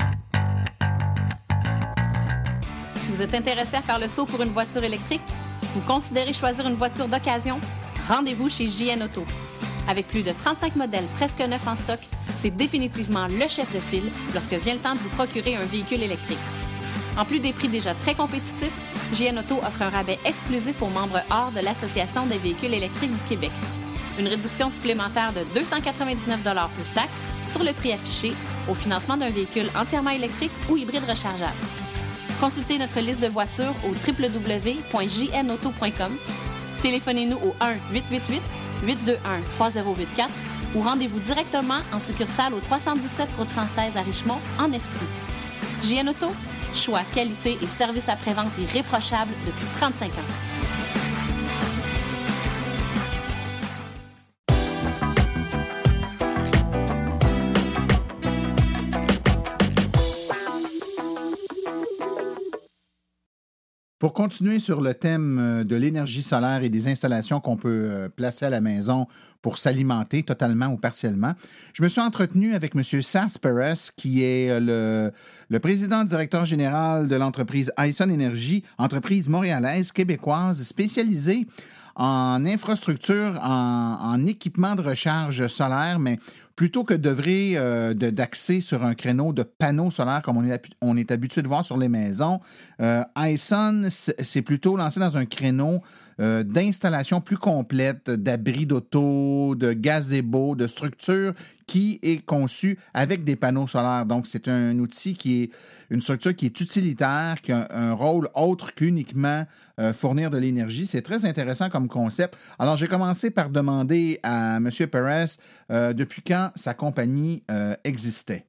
S1: Vous êtes intéressé à faire le saut pour une voiture électrique? Vous considérez choisir une voiture d'occasion? Rendez-vous chez JN Auto. Avec plus de 35 modèles presque neufs en stock, c'est définitivement le chef de file lorsque vient le temps de vous procurer un véhicule électrique. En plus des prix déjà très compétitifs, JN Auto offre un rabais exclusif aux membres hors de l'Association des véhicules électriques du Québec. Une réduction supplémentaire de 299 $ plus taxes sur le prix affiché au financement d'un véhicule entièrement électrique ou hybride rechargeable. Consultez notre liste de voitures au www.jnauto.com. Téléphonez-nous au 1-888-821-3084 ou rendez-vous directement en succursale au 317 route 116 à Richmond, en Estrie. JN Auto, choix, qualité et service après-vente irréprochable depuis 35 ans.
S2: Pour continuer sur le thème de l'énergie solaire et des installations qu'on peut placer à la maison pour s'alimenter totalement ou partiellement, je me suis entretenu avec M. Sas Perez, qui est le président directeur général de l'entreprise Hyson Energy, entreprise montréalaise québécoise spécialisée en infrastructure, en équipement de recharge solaire, mais plutôt que d'œuvrer d'axer sur un créneau de panneaux solaires comme on est habitué de voir sur les maisons, Hyson s'est plutôt lancé dans un créneau d'installation plus complète, d'abris d'auto, de gazebo, de structure qui est conçue avec des panneaux solaires. Donc, c'est un outil une structure qui est utilitaire, qui a un rôle autre qu'uniquement fournir de l'énergie. C'est très intéressant comme concept. Alors, j'ai commencé par demander à M. Perez depuis quand sa compagnie existait.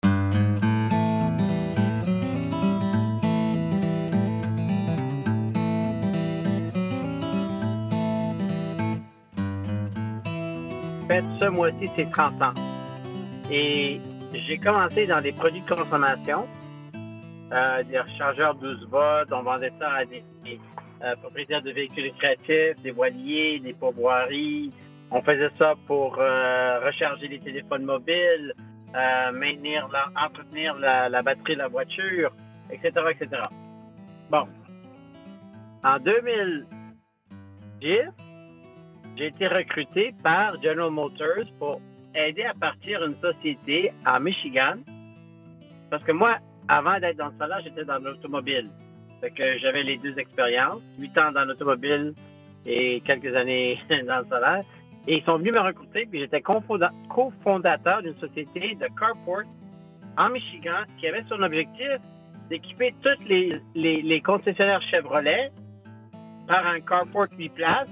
S6: Ce mois-ci, c'est 30 ans. Et j'ai commencé dans des produits de consommation, des rechargeurs 12 volts. On vendait ça à des propriétaires de véhicules récréatifs, des voiliers, des pourvoiries. On faisait ça pour recharger les téléphones mobiles, entretenir la batterie de la voiture, etc., etc. Bon. En 2010, j'ai été recruté par General Motors pour aider à partir une société en Michigan. Parce que moi, avant d'être dans le solaire, j'étais dans l'automobile. Fait que j'avais les deux expériences, 8 ans dans l'automobile et quelques années dans le solaire. Et ils sont venus me recruter, puis j'étais cofondateur d'une société de carport en Michigan qui avait son objectif d'équiper tous les concessionnaires Chevrolet par un carport 8 places.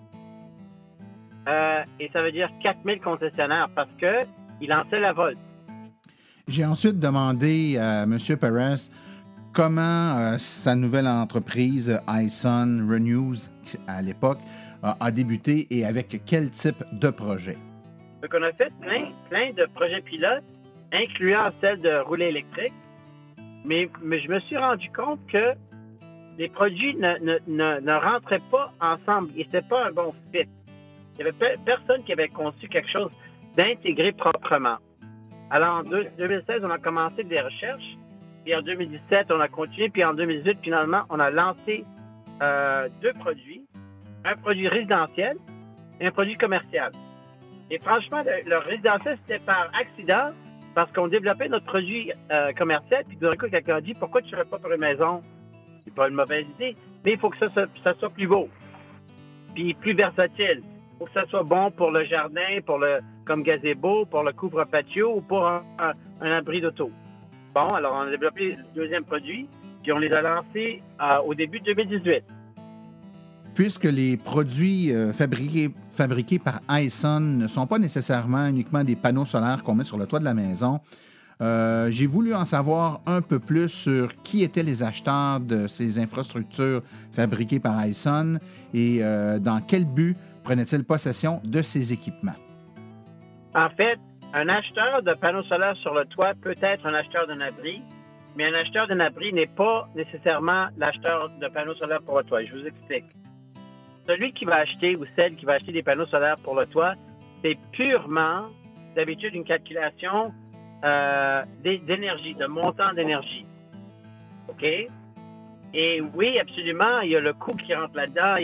S6: Et ça veut dire 4000 concessionnaires parce qu'ils lançaient la Volt.
S2: J'ai ensuite demandé à M. Perez comment sa nouvelle entreprise, Hyson Renews, à l'époque, a débuté et avec quel type de projet.
S6: Donc, on a fait plein de projets pilotes, incluant celle de rouler électrique. Mais je me suis rendu compte que les produits ne rentraient pas ensemble. Et c'était pas un bon fit. Il n'y avait personne qui avait conçu quelque chose d'intégré proprement. Alors, en 2016, on a commencé des recherches. Puis en 2017, on a continué. Puis en 2018, finalement, on a lancé 2 produits. Un produit résidentiel et un produit commercial. Et franchement, le résidentiel, c'était par accident parce qu'on développait notre produit commercial. Puis d'un coup, quelqu'un a dit, pourquoi tu ne fais pas pour une maison? C'est pas une mauvaise idée, mais il faut que ça soit plus beau. Puis plus versatile. Il faut que ça soit bon pour le jardin, comme gazebo, pour le couvre-patio ou pour un abri d'auto. Bon, alors on a développé le deuxième produit, puis on les a lancés au début de 2018.
S2: Puisque les produits fabriqués par Hyson ne sont pas nécessairement uniquement des panneaux solaires qu'on met sur le toit de la maison, j'ai voulu en savoir un peu plus sur qui étaient les acheteurs de ces infrastructures fabriquées par Hyson et dans quel but prenait-il possession de ces équipements?
S6: En fait, un acheteur de panneaux solaires sur le toit peut être un acheteur d'un abri, mais un acheteur d'un abri n'est pas nécessairement l'acheteur de panneaux solaires pour le toit. Je vous explique. Celui qui va acheter ou celle qui va acheter des panneaux solaires pour le toit, c'est purement, d'habitude, une calculation d'énergie, de montant d'énergie. OK? Et oui, absolument, il y a le coût qui rentre là-dedans, il y a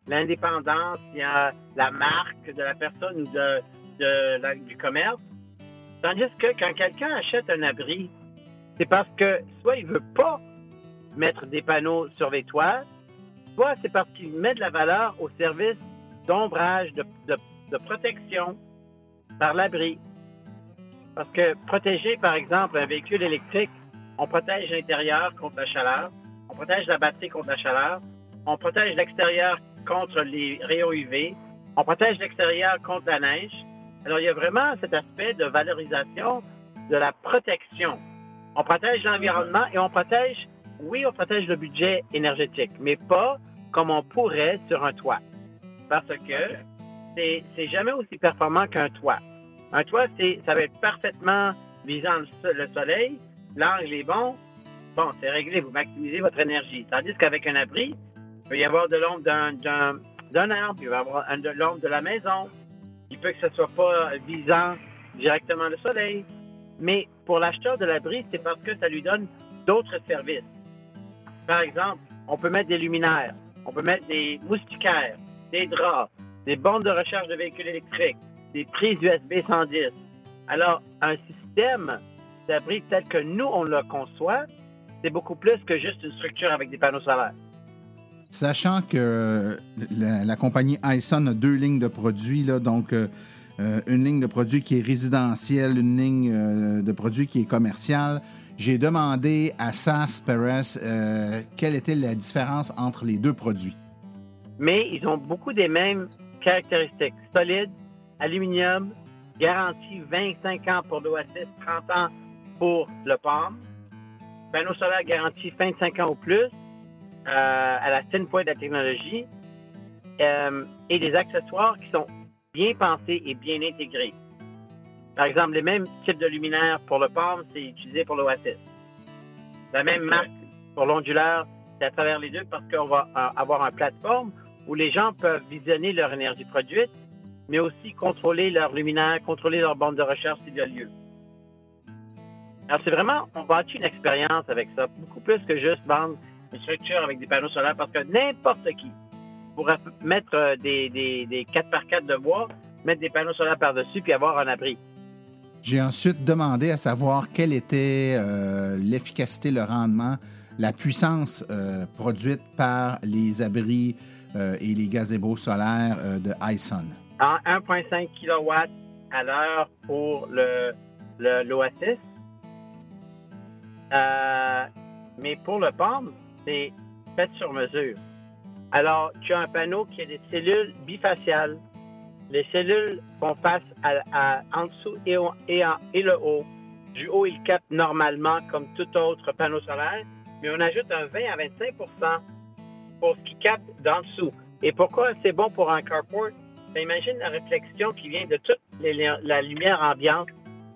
S6: l'indépendance, il y a la marque de la personne ou du commerce. Tandis que quand quelqu'un achète un abri, c'est parce que soit il ne veut pas mettre des panneaux sur les toits, soit c'est parce qu'il met de la valeur au service d'ombrage, de protection par l'abri. Parce que protéger, par exemple, un véhicule électrique, on protège l'intérieur contre la chaleur, on protège la batterie contre la chaleur, on protège l'extérieur contre les rayons UV, on protège l'extérieur contre la neige. Alors, il y a vraiment cet aspect de valorisation de la protection. On protège l'environnement et on protège le budget énergétique, mais pas comme on pourrait sur un toit. Parce que c'est jamais aussi performant qu'un toit. Un toit, ça va être parfaitement visant le soleil, l'angle est bon, c'est réglé, vous maximisez votre énergie. Tandis qu'avec un abri, il peut y avoir de l'ombre d'un arbre, il peut y avoir de l'ombre de la maison, il peut que ce ne soit pas visant directement le soleil. Mais pour l'acheteur de l'abri, c'est parce que ça lui donne d'autres services. Par exemple, on peut mettre des luminaires, on peut mettre des moustiquaires, des draps, des bornes de recharge de véhicules électriques, des prises USB 110. Alors, un système d'abri tel que nous, on le conçoit, c'est beaucoup plus que juste une structure avec des panneaux solaires.
S2: Sachant que la compagnie Hyson a 2 lignes de produits, là, donc une ligne de produits qui est résidentielle, une ligne de produits qui est commerciale, j'ai demandé à Sas Perez quelle était la différence entre les 2 produits.
S6: Mais ils ont beaucoup des mêmes caractéristiques. Solide, aluminium, garantie 25 ans pour l'Oasis, 30 ans pour le Palm. Panneau solaire garantie 25 ans ou plus. À la fine pointe de la technologie et des accessoires qui sont bien pensés et bien intégrés. Par exemple, les mêmes types de luminaires pour le Palm, c'est utilisé pour l'Oasis. La même marque pour l'onduleur, c'est à travers les deux parce qu'on va avoir une plateforme où les gens peuvent visionner leur énergie produite, mais aussi contrôler leurs luminaires, contrôler leur borne de recharge s'il y a lieu. Alors, c'est vraiment, on bâtit une expérience avec ça, beaucoup plus que juste vendre une structure avec des panneaux solaires, parce que n'importe qui pourra mettre des 4x4 de bois, mettre des panneaux solaires par-dessus, puis avoir un abri.
S2: J'ai ensuite demandé à savoir quelle était l'efficacité, le rendement, la puissance produite par les abris et les gazebos solaires de Hyson.
S6: En 1,5 kW à l'heure pour l'Oasis. Mais pour le Palm, c'est fait sur mesure. Alors, tu as un panneau qui a des cellules bifaciales. Les cellules font face en dessous et le haut. Du haut, il capte normalement comme tout autre panneau solaire, mais on ajoute un 20 à 25 % pour ce qui capte d'en dessous. Et pourquoi c'est bon pour un carport? Ben, imagine la réflexion qui vient de toute la lumière ambiante,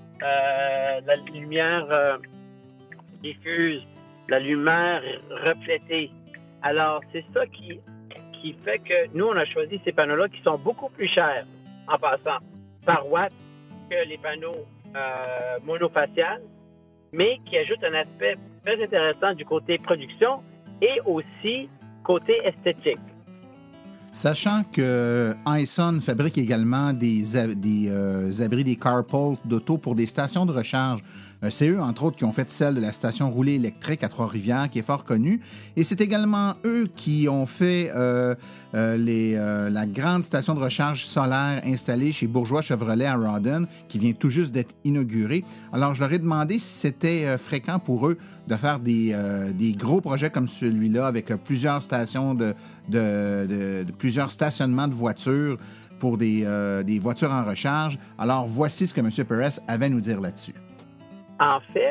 S6: la lumière diffuse, la lumière reflétée. Alors, c'est ça qui fait que nous, on a choisi ces panneaux-là qui sont beaucoup plus chers, en passant, par watt que les panneaux monofaciales, mais qui ajoutent un aspect très intéressant du côté production et aussi côté esthétique.
S2: Sachant que Hyson fabrique également des abris, des carports d'auto pour des stations de recharge. C'est eux, entre autres, qui ont fait celle de la station roulée électrique à Trois-Rivières, qui est fort connue. Et c'est également eux qui ont fait la grande station de recharge solaire installée chez Bourgeois Chevrolet à Rawdon, qui vient tout juste d'être inaugurée. Alors, je leur ai demandé si c'était fréquent pour eux de faire des gros projets comme celui-là, avec plusieurs stations plusieurs stationnements de voitures pour des voitures en recharge. Alors, voici ce que M. Perez avait à nous dire là-dessus.
S6: En fait,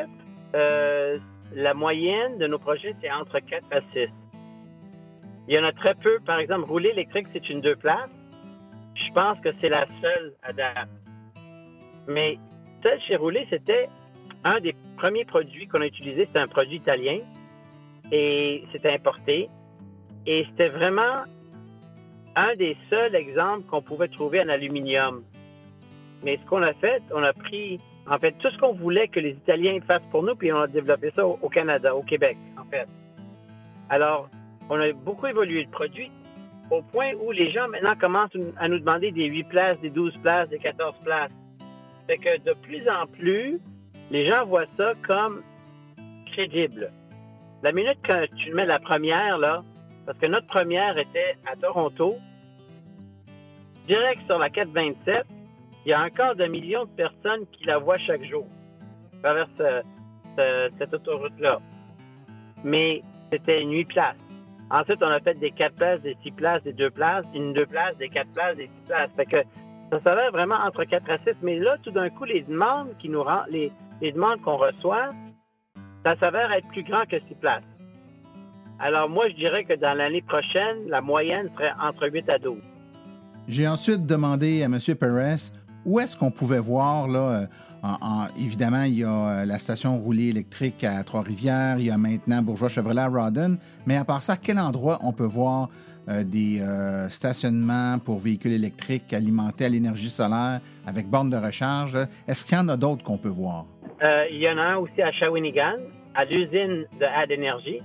S6: la moyenne de nos projets, c'est entre 4 à 6. Il y en a très peu. Par exemple, rouler électrique, c'est une 2 places. Je pense que c'est la seule à date. Mais celle chez Rouler, c'était un des premiers produits qu'on a utilisé. C'était un produit italien et c'était importé. Et c'était vraiment un des seuls exemples qu'on pouvait trouver en aluminium. Mais ce qu'on a fait, on a pris, en fait, tout ce qu'on voulait que les Italiens fassent pour nous, puis on a développé ça au Canada, au Québec, en fait. Alors, on a beaucoup évolué le produit, au point où les gens maintenant commencent à nous demander des 8 places, des 12 places, des 14 places. Fait que de plus en plus, les gens voient ça comme crédible. La minute que tu mets la première, là, parce que notre première était à Toronto, direct sur la 427, il y a encore 2 millions de personnes qui la voient chaque jour à travers cette autoroute-là. Mais c'était une 8 places. Ensuite, on a fait des 4 places, des 6 places, des 2 places, une 2 places, des 4 places, des 6 places. Fait que ça s'avère vraiment entre 4 à 6. Mais là, tout d'un coup, les demandes qui nous rendent, les demandes qu'on reçoit, ça s'avère être plus grand que 6 places. Alors moi, je dirais que dans l'année prochaine, la moyenne serait entre 8 à 12.
S2: J'ai ensuite demandé à M. Perez où est-ce qu'on pouvait voir, là, évidemment, il y a la station roulée électrique à Trois-Rivières, il y a maintenant Bourgeois-Chevrolet à Rawdon, mais à part ça, à quel endroit on peut voir des stationnements pour véhicules électriques alimentés à l'énergie solaire avec borne de recharge? Est-ce qu'il y en a d'autres qu'on peut voir?
S6: Il y en a un aussi à Shawinigan, à l'usine de Add Energy.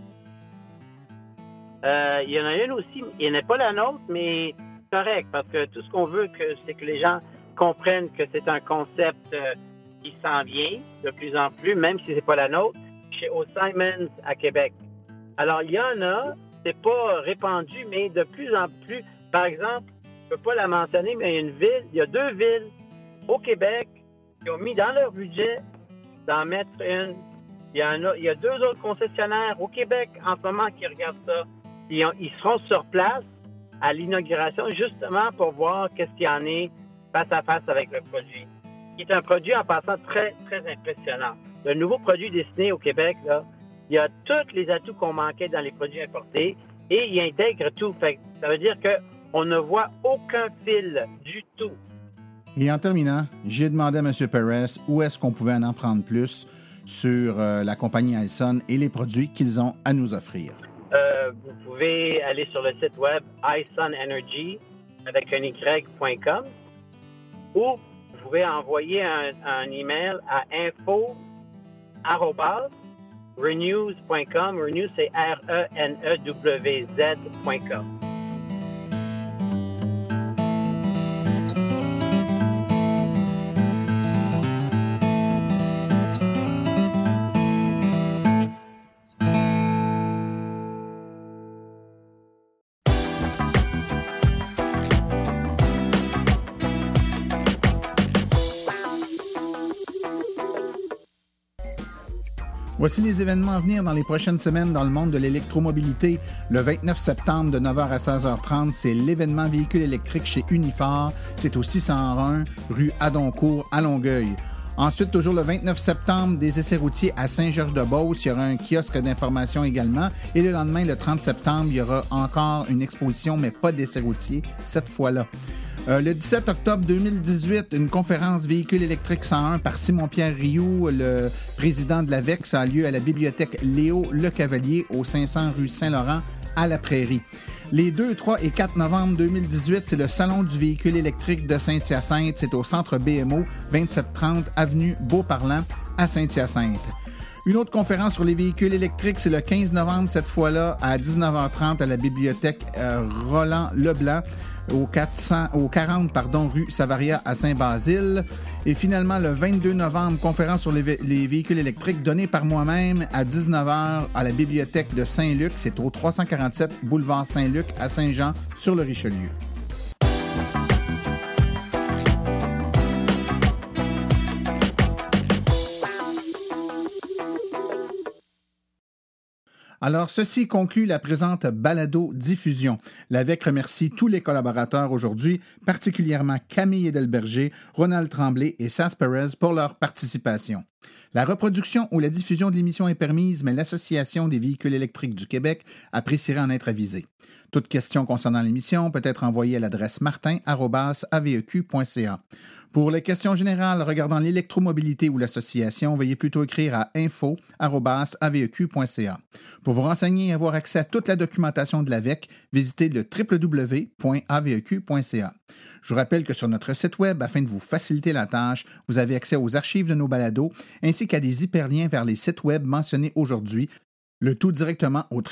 S6: Il y en a une aussi, il n'est pas la nôtre, mais correct, parce que tout ce qu'on veut, c'est que les gens comprennent que c'est un concept qui s'en vient de plus en plus, même si c'est pas la nôtre, chez O'Simons à Québec. Alors, il y en a, c'est pas répandu, mais de plus en plus. Par exemple, je peux pas la mentionner, mais il y a 2 villes au Québec qui ont mis dans leur budget d'en mettre une. Il y a 2 autres concessionnaires au Québec en ce moment qui regardent ça. Ils seront sur place à l'inauguration justement pour voir qu'est-ce qu'il y en est face à face avec le produit, qui est un produit en passant très, très impressionnant. Le nouveau produit destiné au Québec, là, il y a tous les atouts qu'on manquait dans les produits importés et il intègre tout. Fait, ça veut dire qu'on ne voit aucun fil du tout.
S2: Et en terminant, j'ai demandé à M. Perez où est-ce qu'on pouvait en prendre plus sur la compagnie Alson et les produits qu'ils ont à nous offrir.
S6: Vous pouvez aller sur le site web iSunEnergy avec un y.com ou vous pouvez envoyer un email à info@renews.com. Renews, c'est RENEWZ.com.
S2: Voici les événements à venir dans les prochaines semaines dans le monde de l'électromobilité. Le 29 septembre de 9h à 16h30, c'est l'événement véhicule électrique chez Uniphar. C'est au 601 rue Adoncourt à Longueuil. Ensuite, toujours le 29 septembre, des essais routiers à Saint-Georges-de-Beauce. Il y aura un kiosque d'information également. Et le lendemain, le 30 septembre, il y aura encore une exposition, mais pas d'essais routiers cette fois-là. Le 17 octobre 2018, une conférence Véhicule électrique 101 par Simon-Pierre Rioux, le président de l'AVEX, a lieu à la bibliothèque Léo Lecavalier au 500 rue Saint-Laurent à la Prairie. Les 2, 3 et 4 novembre 2018, c'est le Salon du véhicule électrique de Saint-Hyacinthe. C'est au centre BMO, 2730 avenue Beauparlant à Saint-Hyacinthe. Une autre conférence sur les véhicules électriques, c'est le 15 novembre, cette fois-là, à 19h30 à la bibliothèque Roland Leblanc, au 40 rue Savaria à Saint-Basile. Et finalement, le 22 novembre, conférence sur les véhicules électriques donnée par moi-même à 19h à la bibliothèque de Saint-Luc. C'est au 347 boulevard Saint-Luc à Saint-Jean sur le Richelieu. Alors, ceci conclut la présente balado-diffusion. L'AVEC remercie tous les collaborateurs aujourd'hui, particulièrement Camille Edelberger, Ronald Tremblay et Sas Perez pour leur participation. La reproduction ou la diffusion de l'émission est permise, mais l'Association des véhicules électriques du Québec apprécierait en être avisée. Toute question concernant l'émission peut être envoyée à l'adresse martin@aveq.ca. Pour les questions générales regardant l'électromobilité ou l'association, veuillez plutôt écrire à info@aveq.ca. Pour vous renseigner et avoir accès à toute la documentation de l'AVEC, visitez le www.aveq.ca. Je vous rappelle que sur notre site web, afin de vous faciliter la tâche, vous avez accès aux archives de nos balados ainsi qu'à des hyperliens vers les sites web mentionnés aujourd'hui. Le tout directement au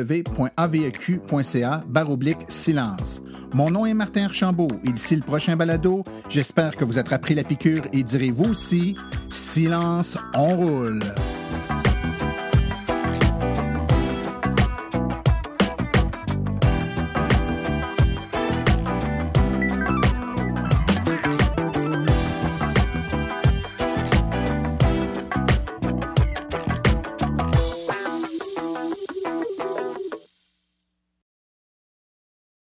S2: www.aveq.ca/silence. Mon nom est Martin Archambault et d'ici le prochain balado, j'espère que vous attraperez la piqûre et direz vous aussi, silence, on roule.